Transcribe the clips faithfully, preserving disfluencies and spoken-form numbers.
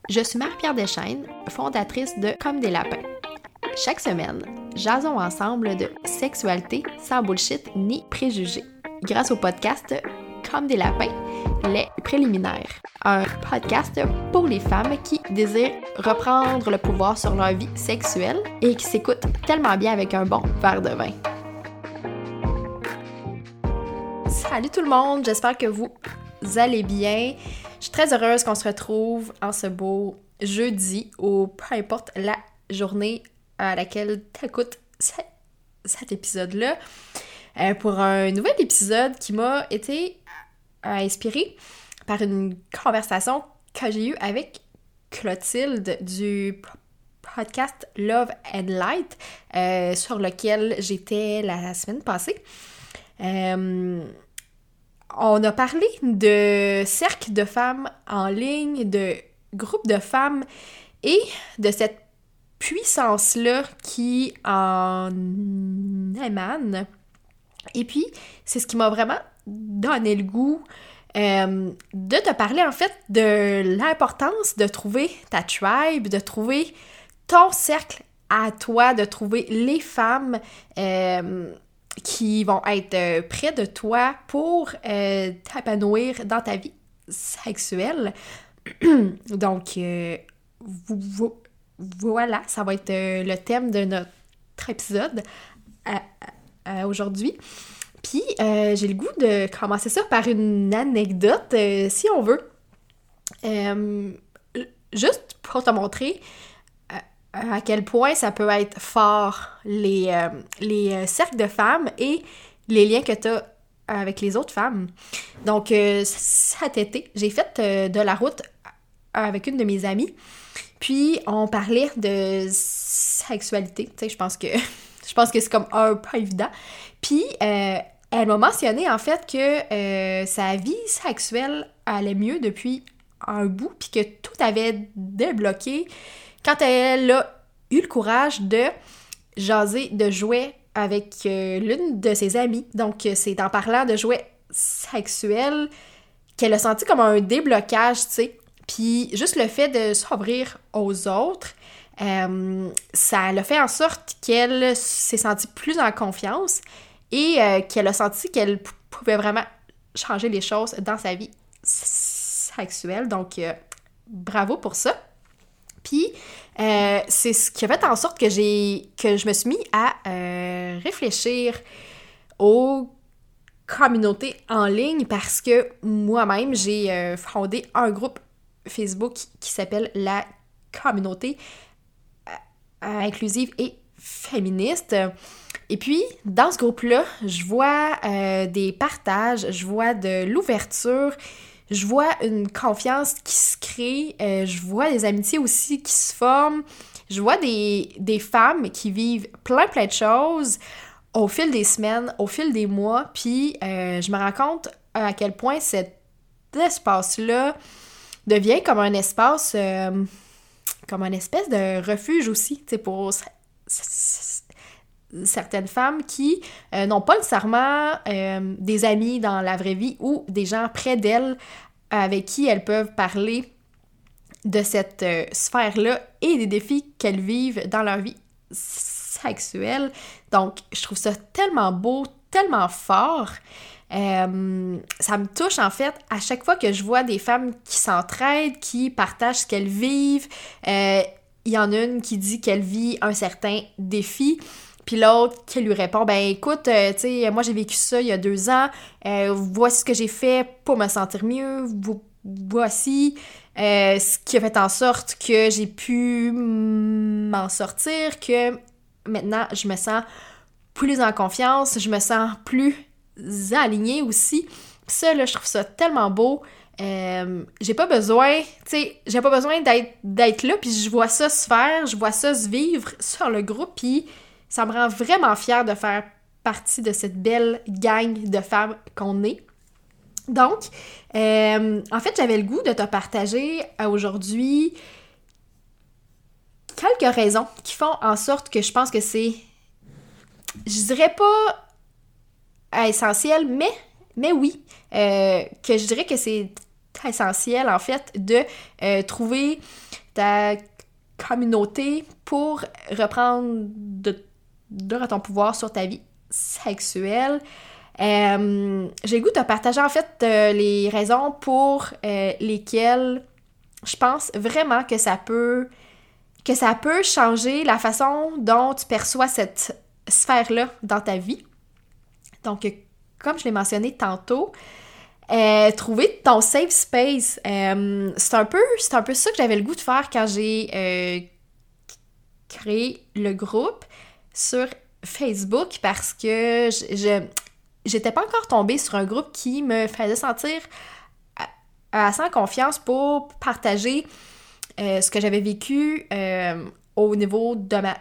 Je suis Marie-Pierre Deschaines, fondatrice de Comme des lapins. Chaque semaine, jasons ensemble de sexualité sans bullshit ni préjugés. Grâce au podcast Comme des lapins, les préliminaires. Un podcast pour les femmes qui désirent reprendre le pouvoir sur leur vie sexuelle et qui s'écoutent tellement bien avec un bon verre de vin. Salut tout le monde, j'espère que vous allez bien. Je suis très heureuse qu'on se retrouve en ce beau jeudi ou peu importe la journée à laquelle tu écoutes cet épisode-là euh, pour un nouvel épisode qui m'a été euh, inspiré par une conversation que j'ai eue avec Clotilde du podcast Love and Light euh, sur lequel j'étais la semaine passée. Euh, on a parlé de cercles de femmes en ligne, de groupes de femmes et de cette puissance-là qui en émane. Et puis, c'est ce qui m'a vraiment donné le goût euh, de te parler en fait de l'importance de trouver ta tribe, de trouver ton cercle à toi, de trouver les femmes euh, qui vont être près de toi pour euh, t'épanouir dans ta vie sexuelle. Donc, euh, voilà, ça va être euh, le thème de notre épisode euh, euh, aujourd'hui. Puis, euh, j'ai le goût de commencer ça par une anecdote, euh, si on veut. Euh, juste pour te montrer à quel point ça peut être fort, les, euh, les euh, cercles de femmes et les liens que tu as avec les autres femmes. Donc, euh, cet été, j'ai fait euh, de la route avec une de mes amies, puis on parlait de sexualité. Tu sais, je pense que je pense que c'est comme un peu évident. Puis, euh, elle m'a mentionné, en fait, que euh, sa vie sexuelle allait mieux depuis un bout, puis que tout avait débloqué quand elle a eu le courage de jaser de jouets avec euh, l'une de ses amies. Donc, c'est en parlant de jouets sexuels qu'elle a senti comme un déblocage, tu sais. Puis, juste le fait de s'ouvrir aux autres, euh, ça l'a fait en sorte qu'elle s'est sentie plus en confiance et euh, qu'elle a senti qu'elle p- pouvait vraiment changer les choses dans sa vie sexuelle. Donc, euh, bravo pour ça. Puis, euh, c'est ce qui a fait en sorte que j'ai que je me suis mis à euh, réfléchir aux communautés en ligne parce que moi-même, j'ai euh, fondé un groupe Facebook qui s'appelle la communauté euh, inclusive et féministe. Et puis, dans ce groupe-là, je vois euh, des partages, je vois de l'ouverture, je vois une confiance qui se crée, euh, je vois des amitiés aussi qui se forment, je vois des, des femmes qui vivent plein plein de choses au fil des semaines, au fil des mois, puis euh, je me rends compte à quel point cet espace-là devient comme un espace, euh, comme une espèce de refuge aussi, tu sais, pour c- c- certaines femmes qui euh, n'ont pas nécessairement euh, des amis dans la vraie vie ou des gens près d'elles avec qui elles peuvent parler de cette euh, sphère-là et des défis qu'elles vivent dans leur vie sexuelle. Donc, je trouve ça tellement beau, tellement fort. Euh, ça me touche, en fait, à chaque fois que je vois des femmes qui s'entraident, qui partagent ce qu'elles vivent. Euh, il y en a une qui dit qu'elle vit un certain défi, puis l'autre qui lui répond, ben écoute, euh, tu sais, moi j'ai vécu ça il y a deux ans, euh, voici ce que j'ai fait pour me sentir mieux, voici euh, ce qui a fait en sorte que j'ai pu m'en sortir, que maintenant je me sens plus en confiance, je me sens plus alignée aussi. Puis ça, là, je trouve ça tellement beau. Euh, j'ai pas besoin, tu sais, j'ai pas besoin d'être, d'être là, puis je vois ça se faire, je vois ça se vivre sur le groupe, puis ça me rend vraiment fière de faire partie de cette belle gang de femmes qu'on est. Donc, euh, en fait, j'avais le goût de te partager aujourd'hui quelques raisons qui font en sorte que je pense que c'est, je dirais pas essentiel, mais, mais oui, euh, que je dirais que c'est essentiel, en fait, de euh, trouver ta communauté pour reprendre de, de ton pouvoir sur ta vie sexuelle. Euh, j'ai le goût de partager, en fait, euh, les raisons pour euh, lesquelles je pense vraiment que ça peut que ça peut changer la façon dont tu perçois cette sphère-là dans ta vie. Donc, comme je l'ai mentionné tantôt, euh, trouver ton safe space, euh, c'est un peu c'est un peu ça que j'avais le goût de faire quand j'ai euh, créé le groupe sur Facebook, parce que je, je j'étais pas encore tombée sur un groupe qui me faisait sentir assez en confiance pour partager euh, ce que j'avais vécu euh, au niveau de ma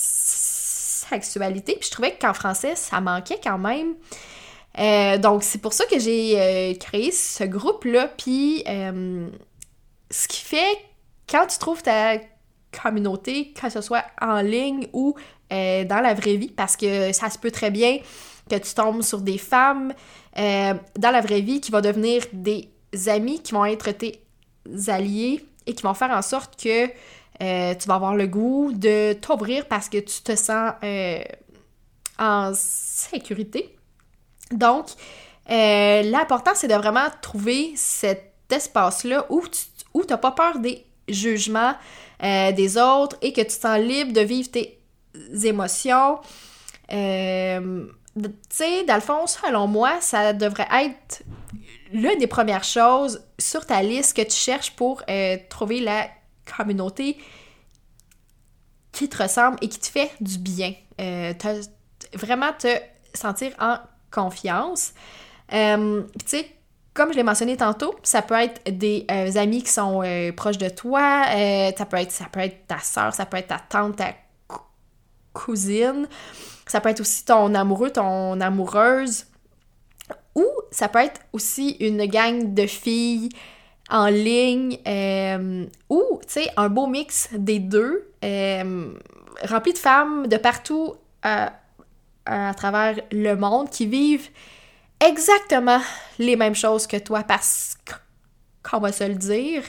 sexualité. Puis je trouvais qu'en français, ça manquait quand même. Euh, donc, c'est pour ça que j'ai euh, créé ce groupe-là. Puis, euh, ce qui fait, quand tu trouves ta communauté, que ce soit en ligne ou euh, dans la vraie vie, parce que ça se peut très bien que tu tombes sur des femmes euh, dans la vraie vie qui vont devenir des amis, qui vont être tes alliés et qui vont faire en sorte que euh, tu vas avoir le goût de t'ouvrir parce que tu te sens euh, en sécurité. Donc, euh, l'important, c'est de vraiment trouver cet espace-là où tu où t'as pas peur des jugements euh, des autres et que tu te sens libre de vivre tes émotions. Euh, tu sais, dans le fond, selon moi, ça devrait être l'une des premières choses sur ta liste que tu cherches pour euh, trouver la communauté qui te ressemble et qui te fait du bien. Euh, vraiment te sentir en confiance. Euh, tu sais, comme je l'ai mentionné tantôt, ça peut être des euh, amis qui sont euh, proches de toi, euh, ça peut être, ça peut être ta sœur, ça peut être ta tante, ta cou- cousine, ça peut être aussi ton amoureux, ton amoureuse, ou ça peut être aussi une gang de filles en ligne, euh, ou, tu sais, un beau mix des deux, euh, rempli de femmes de partout euh, à travers le monde qui vivent exactement les mêmes choses que toi, parce qu'on va se le dire,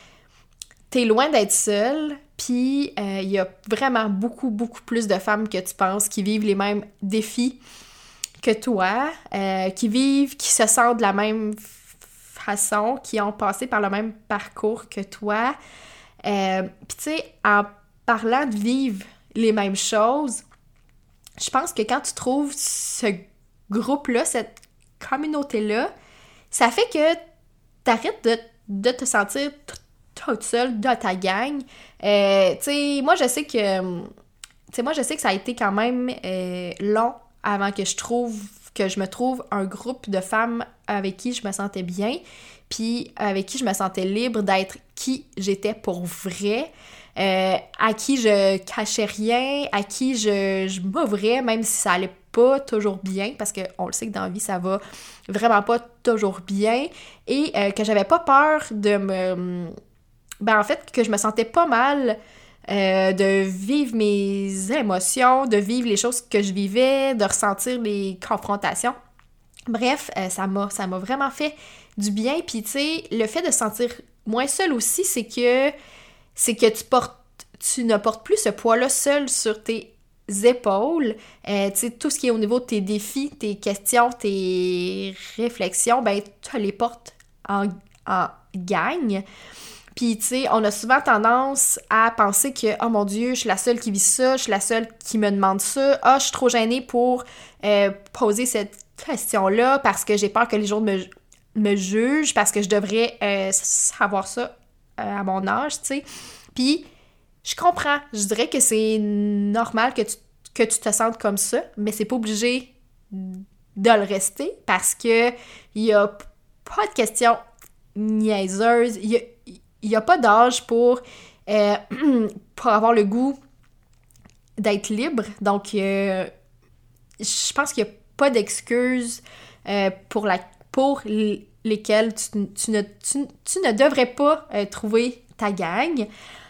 t'es loin d'être seule, puis il euh, y a vraiment beaucoup, beaucoup plus de femmes que tu penses qui vivent les mêmes défis que toi, euh, qui vivent, qui se sentent de la même façon, qui ont passé par le même parcours que toi. Euh, puis tu sais, en parlant de vivre les mêmes choses, je pense que quand tu trouves ce groupe-là, cette communauté-là, ça fait que t'arrêtes de, de te sentir toute seule dans ta gang. Euh, tu sais, moi, je sais que... Tu sais, moi, je sais que ça a été quand même euh, long avant que je trouve... que je me trouve un groupe de femmes avec qui je me sentais bien, puis avec qui je me sentais libre d'être qui j'étais pour vrai, euh, à qui je cachais rien, à qui je, je m'ouvrais, même si ça allait pas toujours bien, parce qu'on le sait que dans la vie, ça va vraiment pas toujours bien, et euh, que j'avais pas peur de me... Ben en fait, que je me sentais pas mal euh, de vivre mes émotions, de vivre les choses que je vivais, de ressentir les confrontations. Bref, euh, ça m'a, ça m'a vraiment fait du bien, puis tu sais, le fait de se sentir moins seule aussi, c'est que c'est que tu portes, tu ne portes plus ce poids-là seul sur tes épaules. Euh, tu sais, tout ce qui est au niveau de tes défis, tes questions, tes réflexions, ben, tu les portes en, en gang. Puis, tu sais, on a souvent tendance à penser que « Oh mon Dieu, je suis la seule qui vit ça, je suis la seule qui me demande ça. Ah, oh, je suis trop gênée pour euh, poser cette question-là parce que j'ai peur que les gens me, me jugent, parce que je devrais euh, savoir ça euh, à mon âge, tu sais. » Puis, je comprends. Je dirais que c'est normal que tu, que tu te sentes comme ça, mais c'est pas obligé de le rester parce que il y a pas de questions niaiseuses. Il y a, il y a pas d'âge pour, euh, pour avoir le goût d'être libre. Donc, euh, je pense qu'il n'y a pas d'excuses euh, pour, la, pour lesquelles tu, tu, ne, tu, tu ne devrais pas euh, trouver ta gang.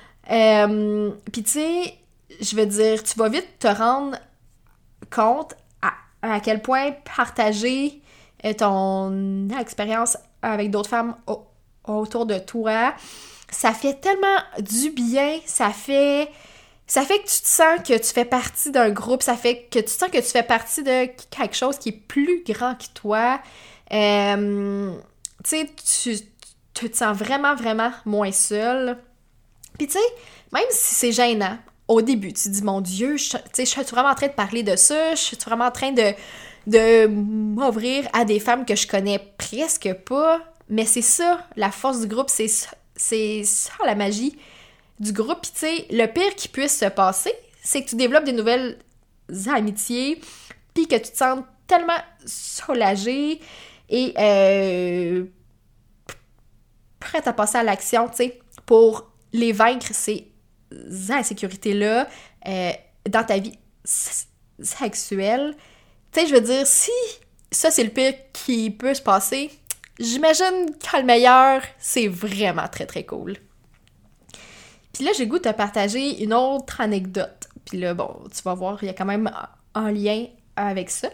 Euh, Puis tu sais, je veux dire, tu vas vite te rendre compte à, à quel point partager ton expérience avec d'autres femmes autour de toi. Ça fait tellement du bien, ça fait... Ça fait que tu te sens que tu fais partie d'un groupe, ça fait que tu sens que tu fais partie de quelque chose qui est plus grand que toi. Euh, tu sais, tu, tu te sens vraiment, vraiment moins seul. Puis tu sais, même si c'est gênant, au début, tu te dis, mon Dieu, je, tu sais, je suis vraiment en train de parler de ça, je suis vraiment en train de, de m'ouvrir à des femmes que je connais presque pas. Mais c'est ça, la force du groupe, c'est ça, c'est ça la magie du groupe. Puis tu sais, le pire qui puisse se passer, c'est que tu développes des nouvelles amitiés, puis que tu te sens tellement soulagé et euh, prête à passer à l'action, tu sais, pour les vaincre, ces insécurités-là euh, dans ta vie sexuelle. Tu sais, je veux dire, si ça, c'est le pire qui peut se passer, j'imagine que le meilleur, c'est vraiment très, très cool. Puis là, j'ai le goût de te partager une autre anecdote. Puis là, bon, tu vas voir, il y a quand même un lien avec ça.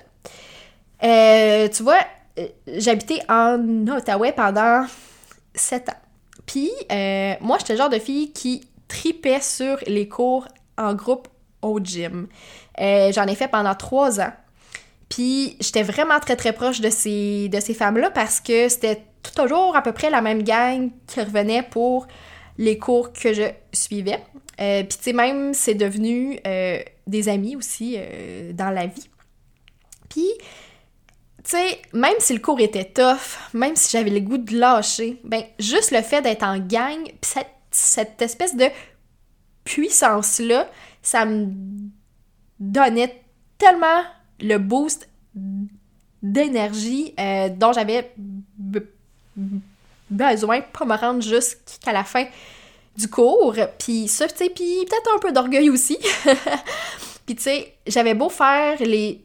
Euh, tu vois, j'habitais en Outaouais pendant sept ans. Puis, euh, moi, j'étais le genre de fille qui tripait sur les cours en groupe au gym. Euh, j'en ai fait pendant trois ans. Puis, j'étais vraiment très, très proche de ces, de ces femmes-là parce que c'était toujours à peu près la même gang qui revenait pour les cours que je suivais. Euh, Puis, tu sais, même, c'est devenu euh, des amis aussi euh, dans la vie. Puis, tu sais, même si le cours était tough, même si j'avais le goût de lâcher, ben, juste le fait d'être en gang, puis cette, cette espèce de puissance-là, ça me donnait tellement le boost d'énergie euh, dont j'avais b- besoin pour me rendre jusqu'à la fin du cours. Puis ça, tu sais, puis peut-être un peu d'orgueil aussi. Puis tu sais, j'avais beau faire les...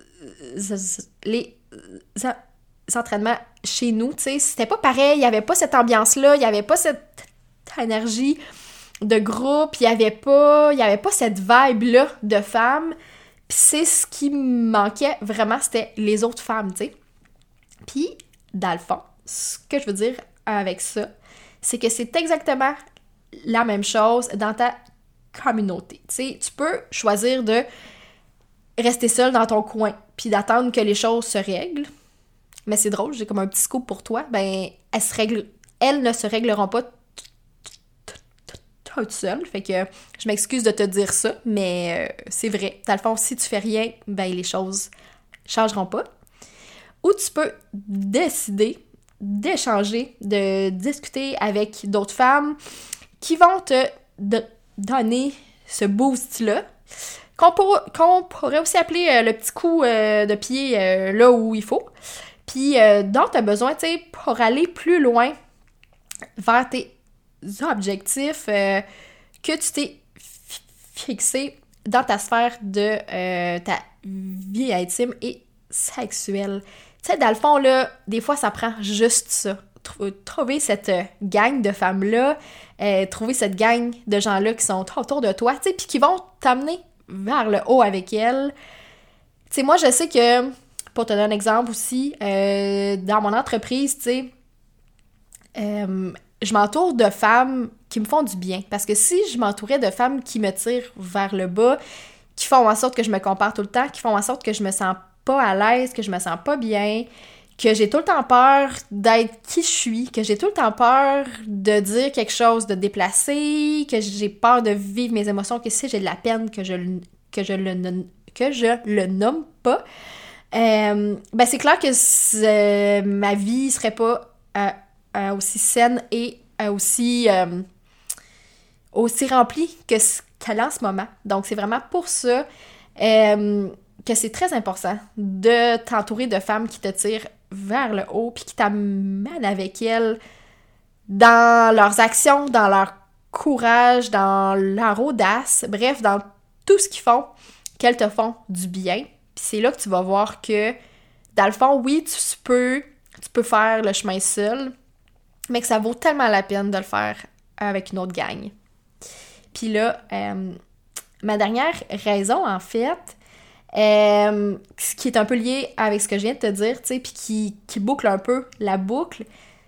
les entraînements chez nous, tu sais, c'était pas pareil, il y avait pas cette ambiance-là, il y avait pas cette énergie de groupe, il y avait pas, il y avait pas cette vibe-là de femmes, puis c'est ce qui me manquait vraiment, c'était les autres femmes, tu sais. Puis, dans le fond, ce que je veux dire avec ça, c'est que c'est exactement la même chose dans ta communauté, tu sais, tu peux choisir de rester seul dans ton coin, puis d'attendre que les choses se règlent. Mais c'est drôle, j'ai comme un petit scoop pour toi. Ben, elles, se règlent, elles ne se régleront pas toutes seules. Fait que je m'excuse de te dire ça, mais euh, c'est vrai. Dans le fond, si tu fais rien, ben les choses changeront pas. Ou tu peux décider d'échanger, de discuter avec d'autres femmes qui vont te de- donner ce boost-là. Qu'on, pour, qu'on pourrait aussi appeler euh, le petit coup euh, de pied euh, là où il faut. Puis, euh, dont tu as besoin, tu sais, pour aller plus loin vers tes objectifs euh, que tu t'es f- fixé dans ta sphère de euh, ta vie intime et sexuelle. Tu sais, dans le fond, là, des fois, ça prend juste ça. Tr- trouver cette euh, gang de femmes-là, euh, trouver cette gang de gens-là qui sont autour de toi, tu sais, puis qui vont t'amener vers le haut avec elles. Tu sais, moi, je sais que, pour te donner un exemple aussi, euh, dans mon entreprise, tu sais, euh, je m'entoure de femmes qui me font du bien. Parce que si je m'entourais de femmes qui me tirent vers le bas, qui font en sorte que je me compare tout le temps, qui font en sorte que je me sens pas à l'aise, que je me sens pas bien, que j'ai tout le temps peur d'être qui je suis, que j'ai tout le temps peur de dire quelque chose de déplacé, que j'ai peur de vivre mes émotions, que si j'ai de la peine, que je, que je, le, que je le nomme pas, euh, ben c'est clair que c'est, ma vie serait pas euh, euh, aussi saine et euh, aussi, euh, aussi remplie que ce qu'elle a en ce moment. Donc c'est vraiment pour ça euh, que c'est très important de t'entourer de femmes qui te tirent vers le haut puis qui t'amènent avec elles dans leurs actions, dans leur courage, dans leur audace, bref, dans tout ce qu'ils font, qu'elles te font du bien. Puis c'est là que tu vas voir que, dans le fond, oui, tu peux, tu peux faire le chemin seul, mais que ça vaut tellement la peine de le faire avec une autre gang. Puis là, euh, ma dernière raison, en fait, euh, ce qui est un peu lié avec ce que je viens de te dire, tu sais, puis qui, qui boucle un peu la boucle,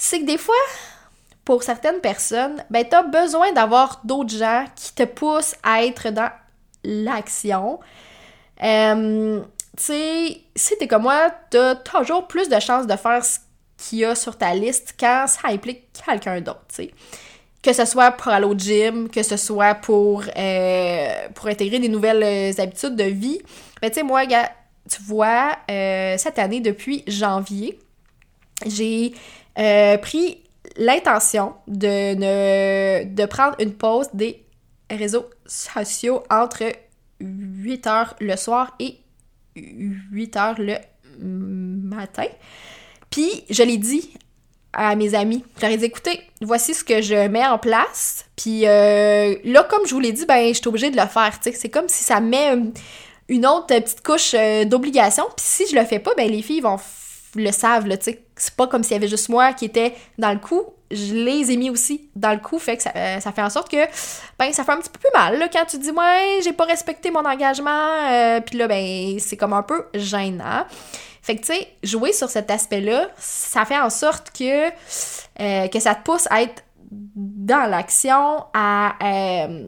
c'est que des fois, pour certaines personnes, ben t'as besoin d'avoir d'autres gens qui te poussent à être dans l'action. Euh, tu sais, si t'es comme moi, t'as toujours plus de chances de faire ce qu'il y a sur ta liste quand ça implique quelqu'un d'autre, tu sais. Que ce soit pour aller au gym, que ce soit pour, euh, pour intégrer des nouvelles habitudes de vie. Ben tu sais, moi, gars, tu vois, euh, cette année, depuis janvier, j'ai euh, pris l'intention de, ne, de prendre une pause des réseaux sociaux entre huit heures le soir et huit heures le matin. Puis, je l'ai dit à mes amis. Je leur ai dit, écoutez, voici ce que je mets en place. Puis euh, là, comme je vous l'ai dit, ben, je suis obligée de le faire, tu sais. C'est comme si ça met une autre petite couche euh, d'obligation. Puis si je le fais pas, ben les filles vont f- le savent, là, tu sais. C'est pas comme s'il y avait juste moi qui était dans le coup. Je les ai mis aussi dans le coup, fait que ça, euh, ça fait en sorte que, ben, ça fait un petit peu plus mal, là, quand tu dis, ouais, j'ai pas respecté mon engagement, euh, puis là, ben, c'est comme un peu gênant. Fait que, tu sais, jouer sur cet aspect-là, ça fait en sorte que, euh, que ça te pousse à être dans l'action, à euh,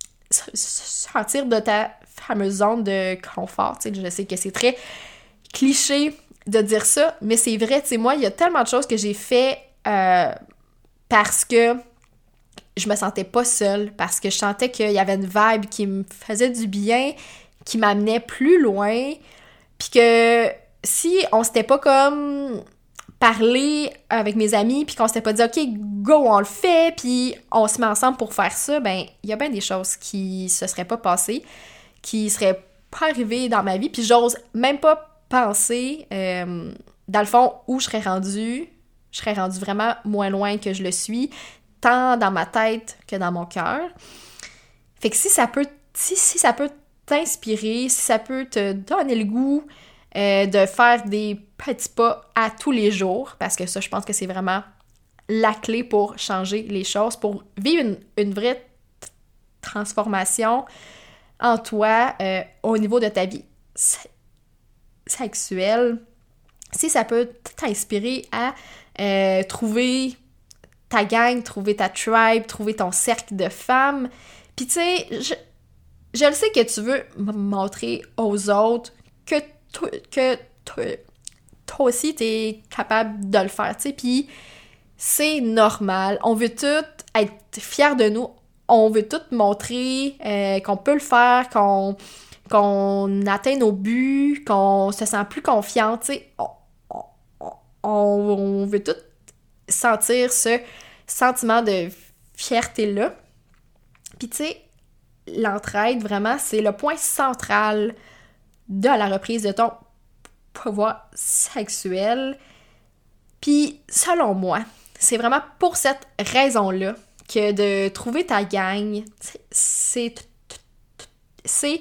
sortir de ta fameuse zone de confort. Tu sais, je sais que c'est très cliché de dire ça, mais c'est vrai, tu sais, moi, il y a tellement de choses que j'ai fait euh, parce que je me sentais pas seule, parce que je sentais qu'il y avait une vibe qui me faisait du bien, qui m'amenait plus loin, puis que si on s'était pas comme parlé avec mes amis, puis qu'on s'était pas dit « OK, go, on le fait, puis on se met ensemble pour faire ça », ben il y a bien des choses qui se seraient pas passées, qui seraient pas arrivées dans ma vie, puis j'ose même pas penser, euh, dans le fond, où je serais rendue. Je serais rendue vraiment moins loin que je le suis, tant dans ma tête que dans mon cœur. Fait que si ça peut, si, si ça peut t'inspirer, si ça peut te donner le goût euh, de faire des petits pas à tous les jours, parce que ça, je pense que c'est vraiment la clé pour changer les choses, pour vivre une, une vraie t- transformation en toi euh, au niveau de ta vie sexuelle. Si ça peut t'inspirer à euh, trouver ta gang, trouver ta tribe, trouver ton cercle de femmes. Puis tu sais, je, je le sais que tu veux m- montrer aux autres que, to- que to- toi aussi, t'es capable de le faire, tu sais. Puis c'est normal. On veut tous être fiers de nous. On veut tous montrer euh, qu'on peut le faire, qu'on, qu'on atteint nos buts, qu'on se sent plus confiant, tu sais. On, on, on veut tous sentir ce sentiment de fierté-là. Puis tu sais, l'entraide, vraiment, c'est le point central de la reprise de ton pouvoir sexuel. Puis, selon moi, c'est vraiment pour cette raison-là que de trouver ta gang, c'est c'est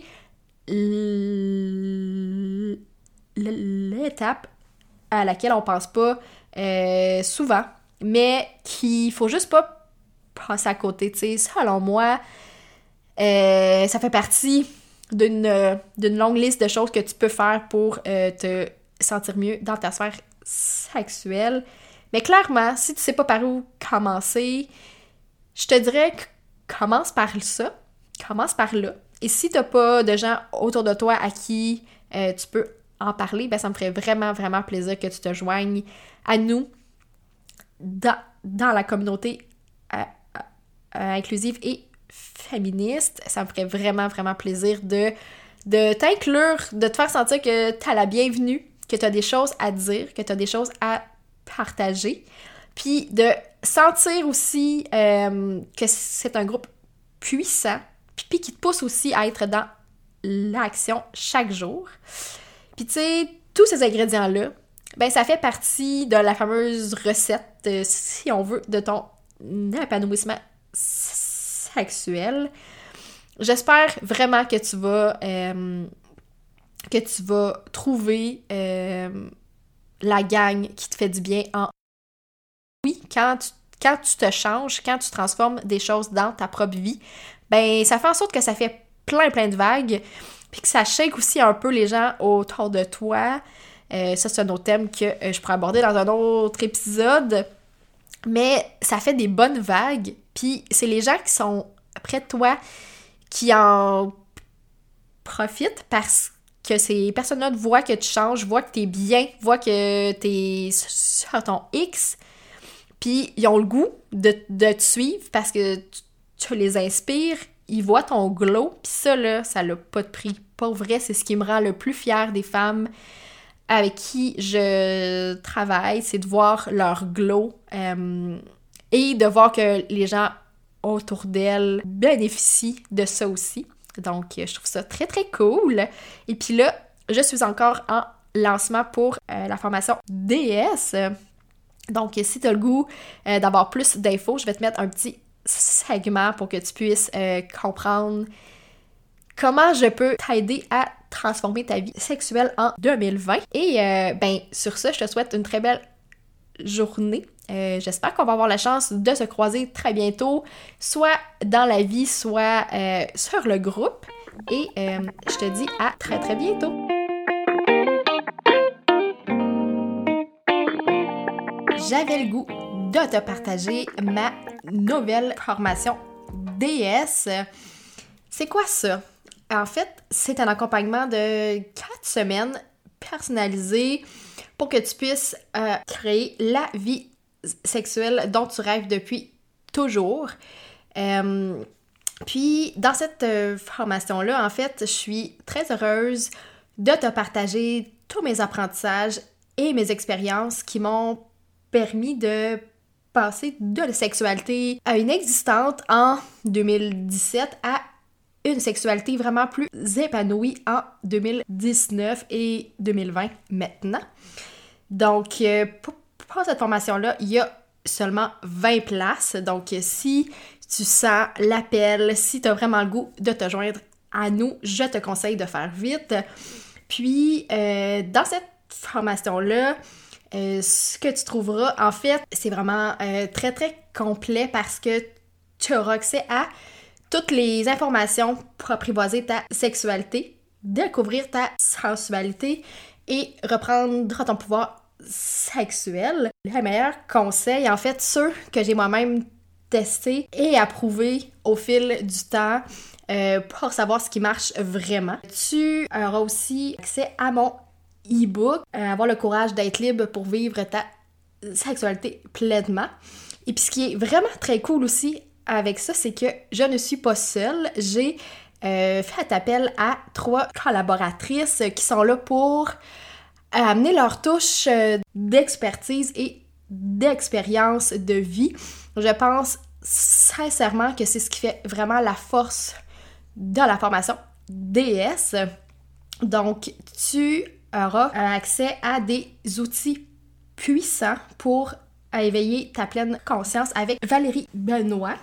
l'étape à laquelle on pense pas euh, souvent, mais qu'il faut juste pas passer à côté, tu sais. Selon moi, euh, ça fait partie d'une, d'une longue liste de choses que tu peux faire pour euh, te sentir mieux dans ta sphère sexuelle. Mais clairement, si tu sais pas par où commencer, je te dirais que commence par ça, commence par là. Et si t'as pas de gens autour de toi à qui euh, tu peux en parler, ben ça me ferait vraiment, vraiment plaisir que tu te joignes à nous dans, dans la communauté euh, euh, inclusive et féministe. Ça me ferait vraiment, vraiment plaisir de, de t'inclure, de te faire sentir que t'as la bienvenue, que t'as des choses à dire, que t'as des choses à partager, puis de sentir aussi euh, que c'est un groupe puissant, puis qui te pousse aussi à être dans l'action chaque jour. Puis tu sais, tous ces ingrédients-là, ben ça fait partie de la fameuse recette, euh, si on veut, de ton épanouissement sexuel. J'espère vraiment que tu vas euh, que tu vas trouver euh, la gang qui te fait du bien en oui, quand tu, quand tu te changes, quand tu transformes des choses dans ta propre vie, ben ça fait en sorte que ça fait plein plein de vagues, puis que ça shake aussi un peu les gens autour de toi. Euh, ça, c'est un autre thème que euh, je pourrais aborder dans un autre épisode. mais ça fait des bonnes vagues, puis c'est les gens qui sont près de toi qui en profitent parce que ces personnes-là voient que tu changes, voient que t'es bien, voient que t'es sur ton X, puis ils ont le goût de, de te suivre parce que tu, tu les inspires, ils voient ton glow, puis ça, là, ça n'a pas de prix. Pour vrai, c'est ce qui me rend le plus fière des femmes avec qui je travaille, c'est de voir leur glow euh, et de voir que les gens autour d'elles bénéficient de ça aussi. Donc, je trouve ça très, très cool. Et puis là, je suis encore en lancement pour euh, la formation D S. Donc, si tu as le goût euh, d'avoir plus d'infos, je vais te mettre un petit segment pour que tu puisses euh, comprendre comment je peux t'aider à transformer ta vie sexuelle en deux mille vingt. Et euh, ben sur ça, je te souhaite une très belle journée. Euh, j'espère qu'on va avoir la chance de se croiser très bientôt, soit dans la vie, soit euh, sur le groupe. Et euh, je te dis à très très bientôt. J'avais le goût de te partager ma nouvelle formation D S. C'est quoi ça? En fait, c'est un accompagnement de quatre semaines personnalisé pour que tu puisses euh, créer la vie sexuelle dont tu rêves depuis toujours. Euh, puis, dans cette euh, formation-là, en fait, je suis très heureuse de te partager tous mes apprentissages et mes expériences qui m'ont permis de passer de la sexualité à une existante en deux mille dix-sept à une sexualité vraiment plus épanouie en deux mille dix-neuf et deux mille vingt maintenant. Donc, euh, pour, pour cette formation-là, il y a seulement vingt places. Donc, si tu sens l'appel, si tu as vraiment le goût de te joindre à nous, je te conseille de faire vite. Puis, euh, dans cette formation-là, euh, ce que tu trouveras, en fait, c'est vraiment euh, très, très complet parce que tu auras accès à toutes les informations pour apprivoiser ta sexualité, découvrir ta sensualité et reprendre ton pouvoir sexuel. Les meilleurs conseils, en fait, ceux que j'ai moi-même testés et approuvés au fil du temps euh, pour savoir ce qui marche vraiment. Tu auras aussi accès à mon e-book, euh, avoir le courage d'être libre pour vivre ta sexualité pleinement. Et puis ce qui est vraiment très cool aussi avec ça, c'est que je ne suis pas seule. J'ai euh, fait appel à trois collaboratrices qui sont là pour amener leur touche d'expertise et d'expérience de vie. Je pense sincèrement que c'est ce qui fait vraiment la force de la formation D S. Donc, tu auras accès à des outils puissants pour éveiller ta pleine conscience avec Valérie Benoît.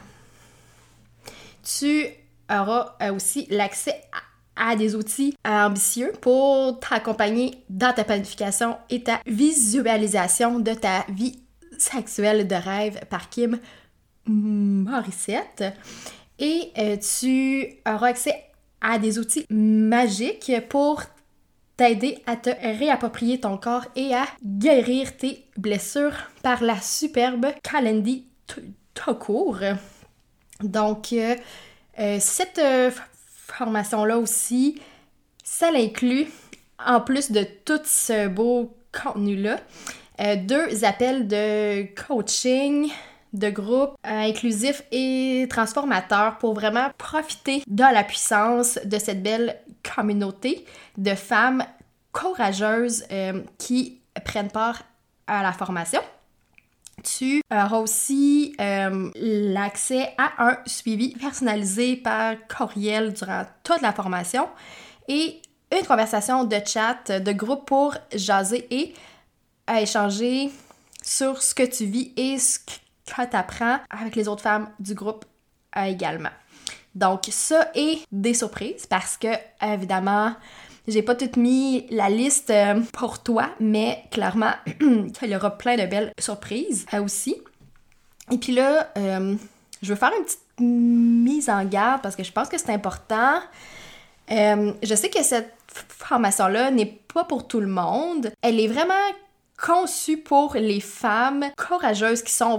Tu auras aussi l'accès à des outils ambitieux pour t'accompagner dans ta planification et ta visualisation de ta vie sexuelle de rêve par Kim Morissette. Et euh, tu auras accès à des outils magiques pour t'aider à te réapproprier ton corps et à guérir tes blessures par la superbe Kalindi Thakur. Donc, euh, euh, cette euh, formation-là aussi, ça l'inclut, en plus de tout ce beau contenu-là, euh, deux appels de coaching de groupe euh, inclusif et transformateur pour vraiment profiter de la puissance de cette belle communauté de femmes courageuses euh, qui prennent part à la formation. Tu auras aussi euh, l'accès à un suivi personnalisé par courriel durant toute la formation et une conversation de chat de groupe pour jaser et à échanger sur ce que tu vis et ce que tu apprends avec les autres femmes du groupe euh, également. Donc ça et des surprises parce que évidemment j'ai pas tout mis la liste euh, pour toi, mais clairement, il y aura plein de belles surprises euh, aussi. Et puis là, euh, je veux faire une petite mise en garde parce que je pense que c'est important. Euh, je sais que cette formation-là n'est pas pour tout le monde. Elle est vraiment conçue pour les femmes courageuses qui sont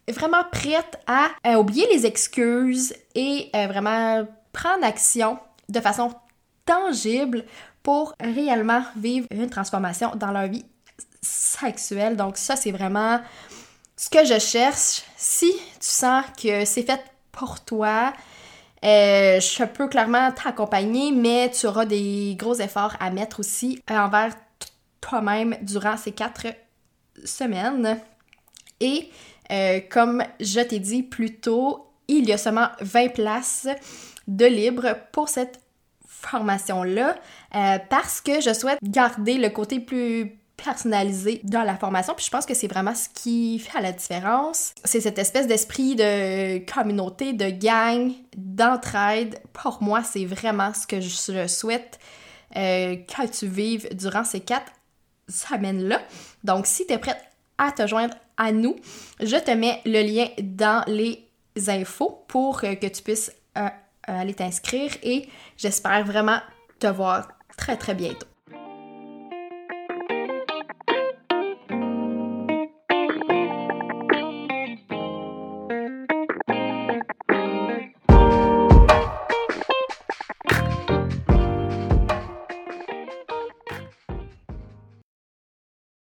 vraiment prête à euh, oublier les excuses et euh, vraiment prendre action de façon tangible pour réellement vivre une transformation dans leur vie sexuelle. Donc ça, c'est vraiment ce que je cherche. Si tu sens que c'est fait pour toi, euh, je peux clairement t'accompagner, mais tu auras des gros efforts à mettre aussi envers toi-même durant ces quatre semaines. Et euh, comme je t'ai dit plus tôt, il y a seulement vingt places de libre pour cette formation-là euh, parce que je souhaite garder le côté plus personnalisé dans la formation, puis je pense que c'est vraiment ce qui fait la différence. C'est cette espèce d'esprit de communauté, de gang, d'entraide. Pour moi, c'est vraiment ce que je souhaite euh, que tu vives durant ces quatre semaines-là. Donc, si tu es prête à te joindre à nous, je te mets le lien dans les infos pour que tu puisses euh, aller t'inscrire et j'espère vraiment te voir très très bientôt.